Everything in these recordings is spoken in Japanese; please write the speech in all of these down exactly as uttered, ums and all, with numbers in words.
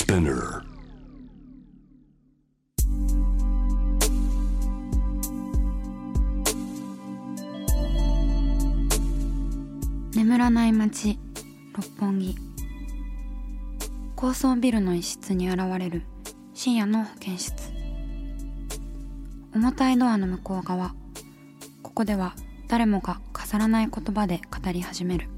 Spinner。 眠らない街六本木。高層ビルの一室に現れる深夜の保健室。重たいドアの向こう側、ここでは誰もが飾らない言葉で語り始める。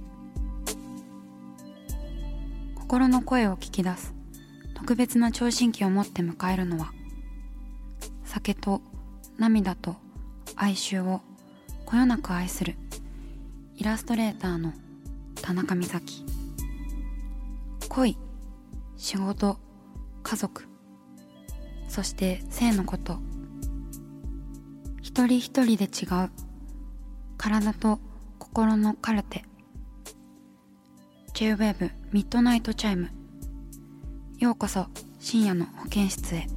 心の声を聞き出す特別な聴診器を持って迎えるのは、酒と涙と哀愁をこよなく愛するイラストレーターの田中美咲。恋、仕事、家族、そして性のこと、一人一人で違う体と心のカルテ。 J-Wave ミッドナイトチャイム。ようこそ深夜の保健室へ。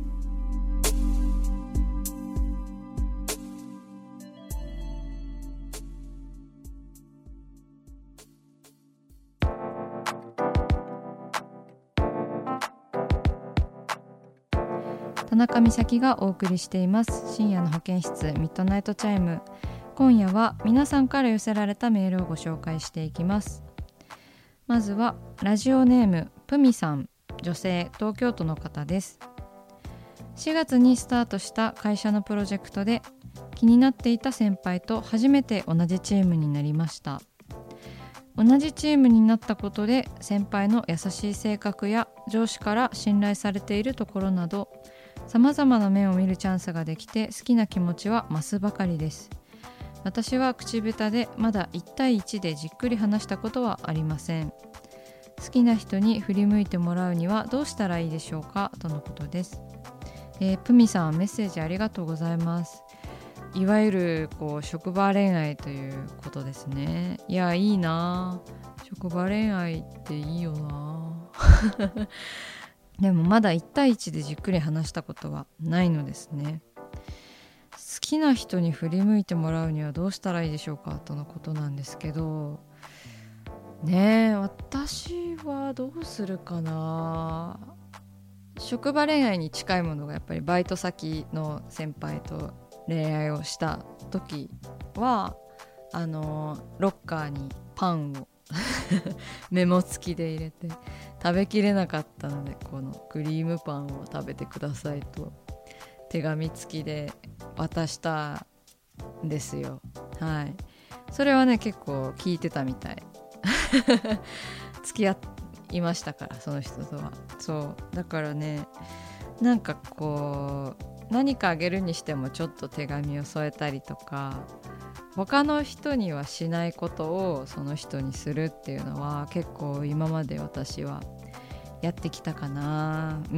田中美咲がお送りしています深夜の保健室ミッドナイトチャイム。今夜は皆さんから寄せられたメールをご紹介していきます。まずはラジオネームプミさん、女性、東京都の方です。しがつにスタートした会社のプロジェクトで気になっていた先輩と初めて同じチームになりました。同じチームになったことで先輩の優しい性格や上司から信頼されているところなど、さまざまな面を見るチャンスができて好きな気持ちは増すばかりです。私は口下手でまだいち対いちでじっくり話したことはありません。好きな人に振り向いてもらうにはどうしたらいいでしょうか、とのことです。えー、プミさん、メッセージありがとうございます。いわゆるこう職場恋愛ということですね。いや、いいな、職場恋愛っていいよなでもまだいち対いちでじっくり話したことはないのですね。好きな人に振り向いてもらうにはどうしたらいいでしょうか、とのことなんですけどね。え私はどうするかな。職場恋愛に近いものがやっぱりバイト先の先輩と恋愛をした時は、あのロッカーにパンをメモ付きで入れて、食べきれなかったのでこのクリームパンを食べてくださいと手紙付きで渡したんですよ。はい。それはね結構聞いてたみたい付き合いましたから、その人とは。そうだからね、なんかこう何かあげるにしてもちょっと手紙を添えたりとか、他の人にはしないことをその人にするっていうのは結構今まで私はやってきたかな。うん。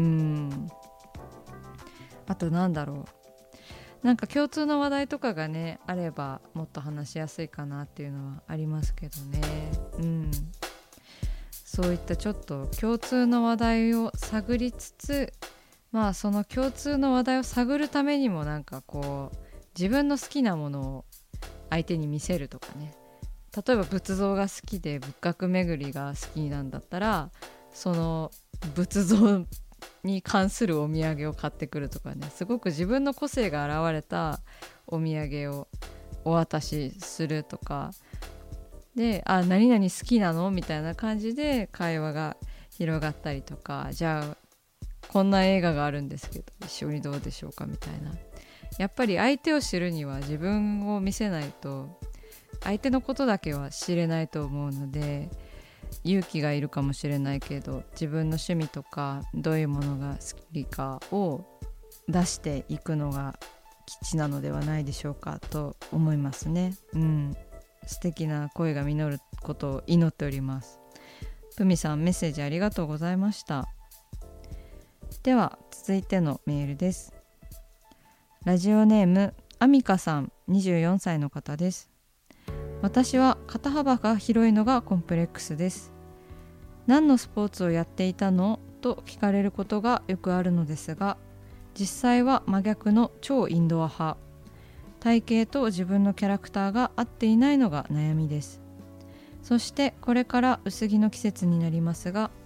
あとなんだろう、なんか共通の話題とかがねあればもっと話しやすいかなっていうのはありますけどね。うん。そういったちょっと共通の話題を探りつつ、まあその共通の話題を探るためにもなんかこう自分の好きなものを相手に見せるとかね。例えば仏像が好きで仏閣巡りが好きなんだったら、その仏像に関するお土産を買ってくるとかね、すごく自分の個性が現れたお土産をお渡しするとかで、あ、何々好きなのみたいな感じで会話が広がったりとか、じゃあこんな映画があるんですけど一緒にどうでしょうかみたいな。やっぱり相手を知るには自分を見せないと相手のことだけは知れないと思うので、勇気がいるかもしれないけど自分の趣味とかどういうものが好きかを出していくのが吉なのではないでしょうかと思いますね。うん、素敵な恋が実ることを祈っております。プミさん、メッセージありがとうございました。では続いてのメールです。ラジオネームアミカさん、にじゅうよんさいの方です。私は肩幅が広いのがコンプレックスです。何のスポーツをやっていたのと聞かれることがよくあるのですが、実際は真逆の超インドア派。体型と自分のキャラクターが合っていないのが悩みです。そしてこれから薄着の季節になりますが、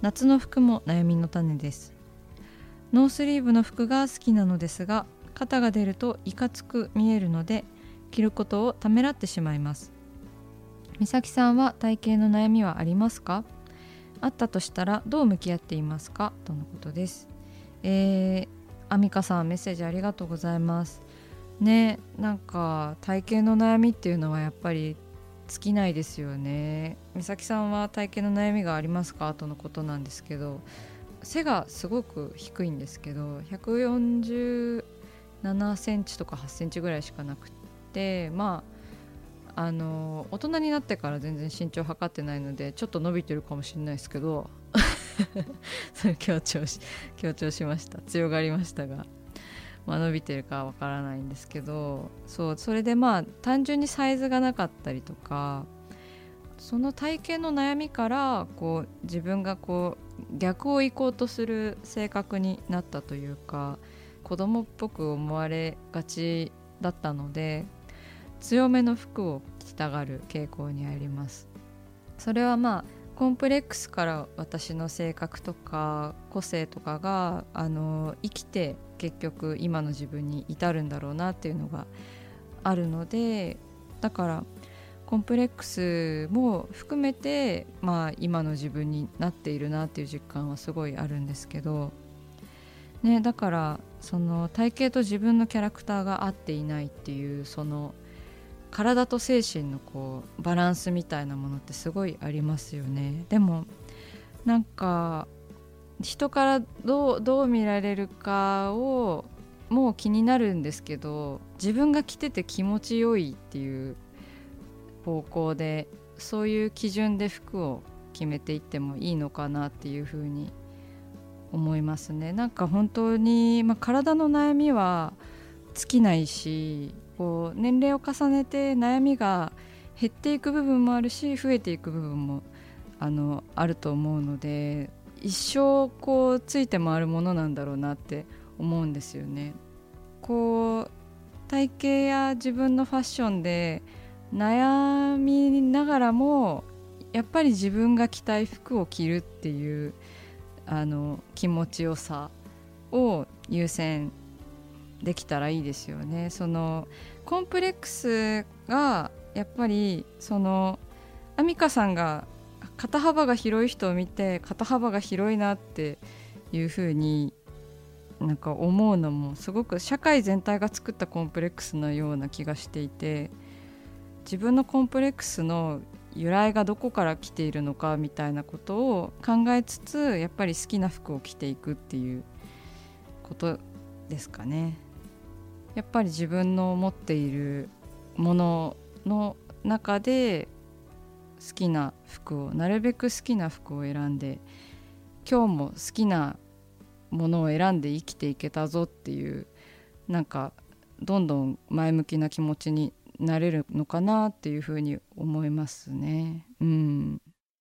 夏の服も悩みの種です。ノースリーブの服が好きなのですが、肩が出るといかつく見えるので着ることをためらってしまいます。美咲さんは体型の悩みはありますか？あったとしたらどう向き合っていますか？とのことです。えー、アミカさんメッセージありがとうございますね。なんか体型の悩みっていうのはやっぱり尽きないですよね。美咲さんは体型の悩みがありますか？とのことなんですけど、背がすごく低いんですけどひゃくよんじゅうななセンチとかはちセンチぐらいしかなくて、まああの大人になってから全然身長測ってないのでちょっと伸びてるかもしれないですけどそれ強調し強調しました。強がりましたが、まあ、伸びてるかわからないんですけど、そうそれでまあ単純にサイズがなかったりとか、その体型の悩みからこう自分がこう逆を行こうとする性格になったというか、子供っぽく思われがちだったので強めの服を着たがる傾向にあります。それはまあコンプレックスから私の性格とか個性とかがあの生きて結局今の自分に至るんだろうなっていうのがあるので、だからコンプレックスも含めて、まあ、今の自分になっているなっていう実感はすごいあるんですけど、ね、だからその体型と自分のキャラクターが合っていないっていうその体と精神のこうバランスみたいなものってすごいありますよね。でもなんか人からどう、どう見られるかをもう気になるんですけど、自分が着てて気持ちよいっていう方向でそういう基準で服を決めていってもいいのかなっていうふうに思いますね。なんか本当に、まあ、体の悩みは尽きないし、こう年齢を重ねて悩みが減っていく部分もあるし増えていく部分も あの、あると思うので、一生こうついて回るものなんだろうなって思うんですよね。こう体型や自分のファッションで悩みながらもやっぱり自分が着たい服を着るっていうあの気持ちよさを優先できたらいいですよね。そのコンプレックスがやっぱりそのアミカさんが肩幅が広い人を見て肩幅が広いなっていう風になんか思うのもすごく社会全体が作ったコンプレックスのような気がしていて、自分のコンプレックスの由来がどこから来ているのかみたいなことを考えつつ、やっぱり好きな服を着ていくっていうことですかね。やっぱり自分の持っているものの中で好きな服をなるべく好きな服を選んで、今日も好きなものを選んで生きていけたぞっていう、なんかどんどん前向きな気持ちになれるのかなっていうふうに思いますね。うん。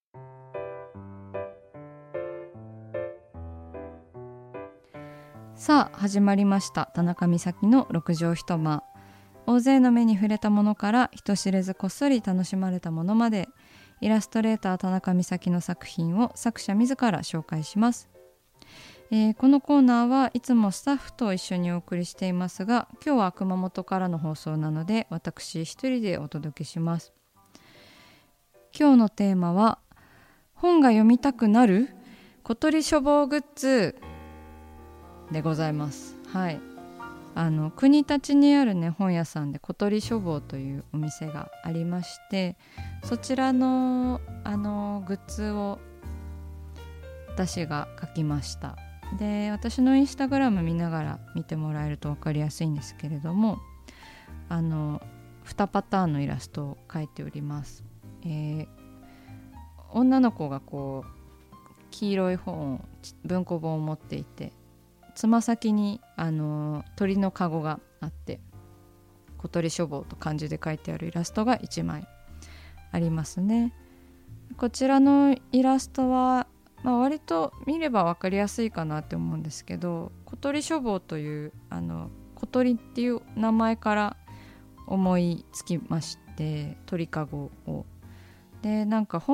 さあ始まりました、田中美咲の六畳一間。大勢の目に触れたものから人知れずこっそり楽しまれたものまで、イラストレーター田中美咲の作品を作者自ら紹介します。えー、このコーナーはいつもスタッフと一緒にお送りしていますが、今日は熊本からの放送なので私一人でお届けします。今日のテーマは本が読みたくなる小鳥書房グッズでございます。はい、あの国立にあるね本屋さんで小鳥書房というお店がありまして、そちらのあのグッズを私が書きました。で、私のインスタグラム見ながら見てもらえると分かりやすいんですけれども、あのにパターンのイラストを描いております。えー、女の子がこう黄色い本を文庫本を持っていて、つま先にあの鳥の籠があって小鳥書房と漢字で書いてあるイラストがいちまいありますね。こちらのイラストはまあ、割と見れば分かりやすいかなって思うんですけど、小鳥書房というあの小鳥っていう名前から思いつきまして、鳥かごをでなんか本を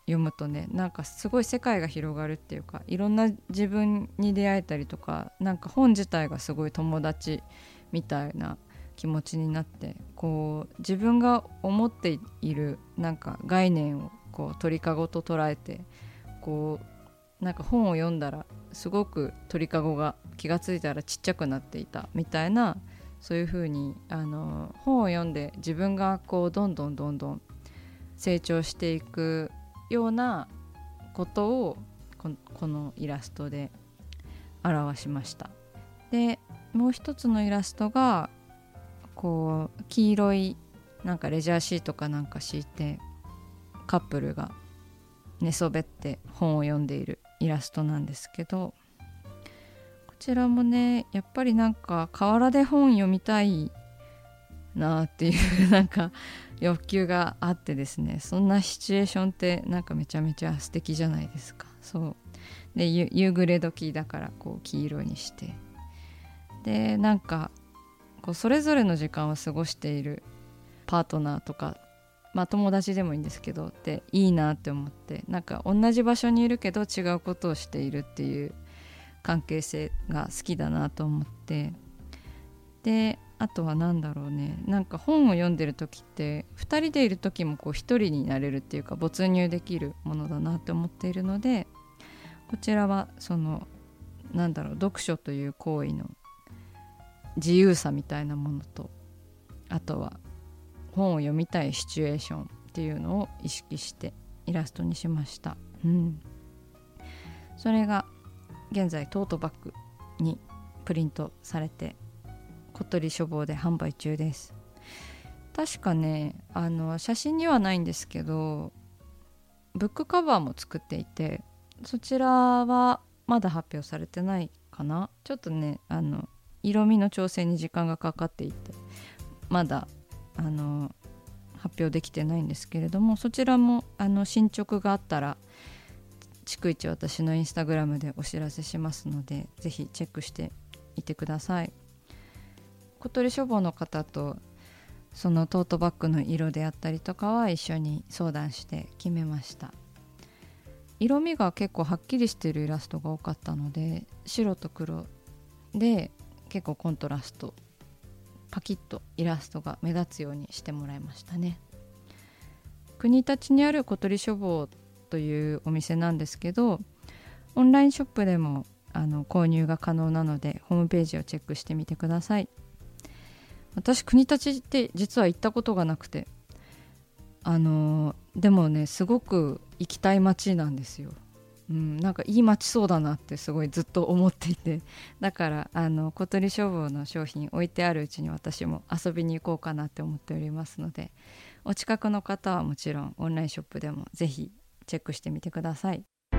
読むとね、なんかすごい世界が広がるっていうか、いろんな自分に出会えたりとか、なんか本自体がすごい友達みたいな気持ちになって、こう自分が思っているなんか概念をこう鳥かごと捉えて、こうなんか本を読んだらすごく鳥かごが気がついたらちっちゃくなっていたみたいな、そういう風にあの本を読んで自分がこうどんどんどんどん成長していくようなことをこの、このイラストで表しました。でもう一つのイラストがこう黄色いなんかレジャーシートかなんか敷いてカップルが寝そべって本を読んでいるイラストなんですけど、こちらもねやっぱりなんか河原で本読みたいなっていうなんか欲求があってですね、そんなシチュエーションってなんかめちゃめちゃ素敵じゃないですか。そうで夕暮れ時だからこう黄色にして、でなんかこうそれぞれの時間を過ごしているパートナーとか、まあ友達でもいいんですけどっていいなって思って、なんか同じ場所にいるけど違うことをしているっていう関係性が好きだなと思って、であとはなんだろうね、なんか本を読んでる時ってふたりでいる時もこうひとりになれるっていうか没入できるものだなって思っているので、こちらはそのなんだろう読書という行為の自由さみたいなものと、あとは本を読みたいシチュエーションっていうのを意識してイラストにしました、うん、それが現在トートバッグにプリントされて小鳥書房で販売中です。確かねあの写真にはないんですけどブックカバーも作っていて、そちらはまだ発表されてないかな。ちょっとねあの色味の調整に時間がかかっていてまだあの発表できてないんですけれども、そちらもあの進捗があったら逐一私のインスタグラムでお知らせしますので、ぜひチェックしていてください。小鳥書房の方とそのトートバッグの色であったりとかは一緒に相談して決めました。色味が結構はっきりしているイラストが多かったので、白と黒で結構コントラストパキッとイラストが目立つようにしてもらいましたね。国立にある小鳥書房というお店なんですけど、オンラインショップでもあの購入が可能なのでホームページをチェックしてみてください。私国立って実は行ったことがなくて、あのでもねすごく行きたい街なんですよ、うん、なんかいい街そうだなってすごいずっと思っていて、だからあの小鳥書房の商品置いてあるうちに私も遊びに行こうかなって思っておりますので、お近くの方はもちろんオンラインショップでもぜひチェックしてみてください。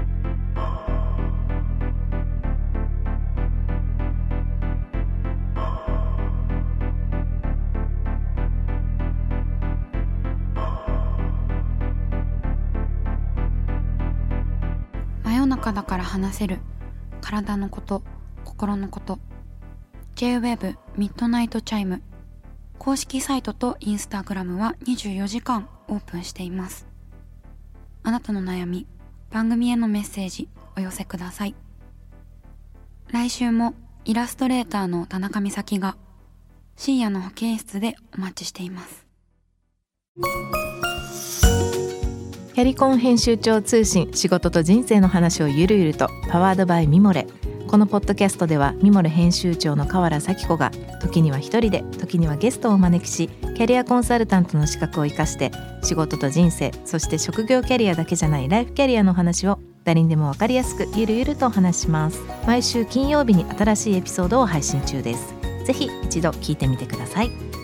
中だから話せる体のこと、心のこと。 ジェイウェブ ミッドナイトチャイム公式サイトとインスタグラムはにじゅうよじかんオープンしています。あなたの悩み、番組へのメッセージお寄せください。来週もイラストレーターの田中美咲が深夜の保健室でお待ちしています。 キャリコン編集長通信、仕事と人生の話をゆるゆると、パワードバイミモレ。このポッドキャストではミモレ編集長の河原咲子が時には一人で時にはゲストをお招きし、キャリアコンサルタントの資格を生かして仕事と人生、そして職業キャリアだけじゃないライフキャリアの話を誰にでも分かりやすくゆるゆるとお話します。毎週金曜日に新しいエピソードを配信中です。ぜひ一度聞いてみてください。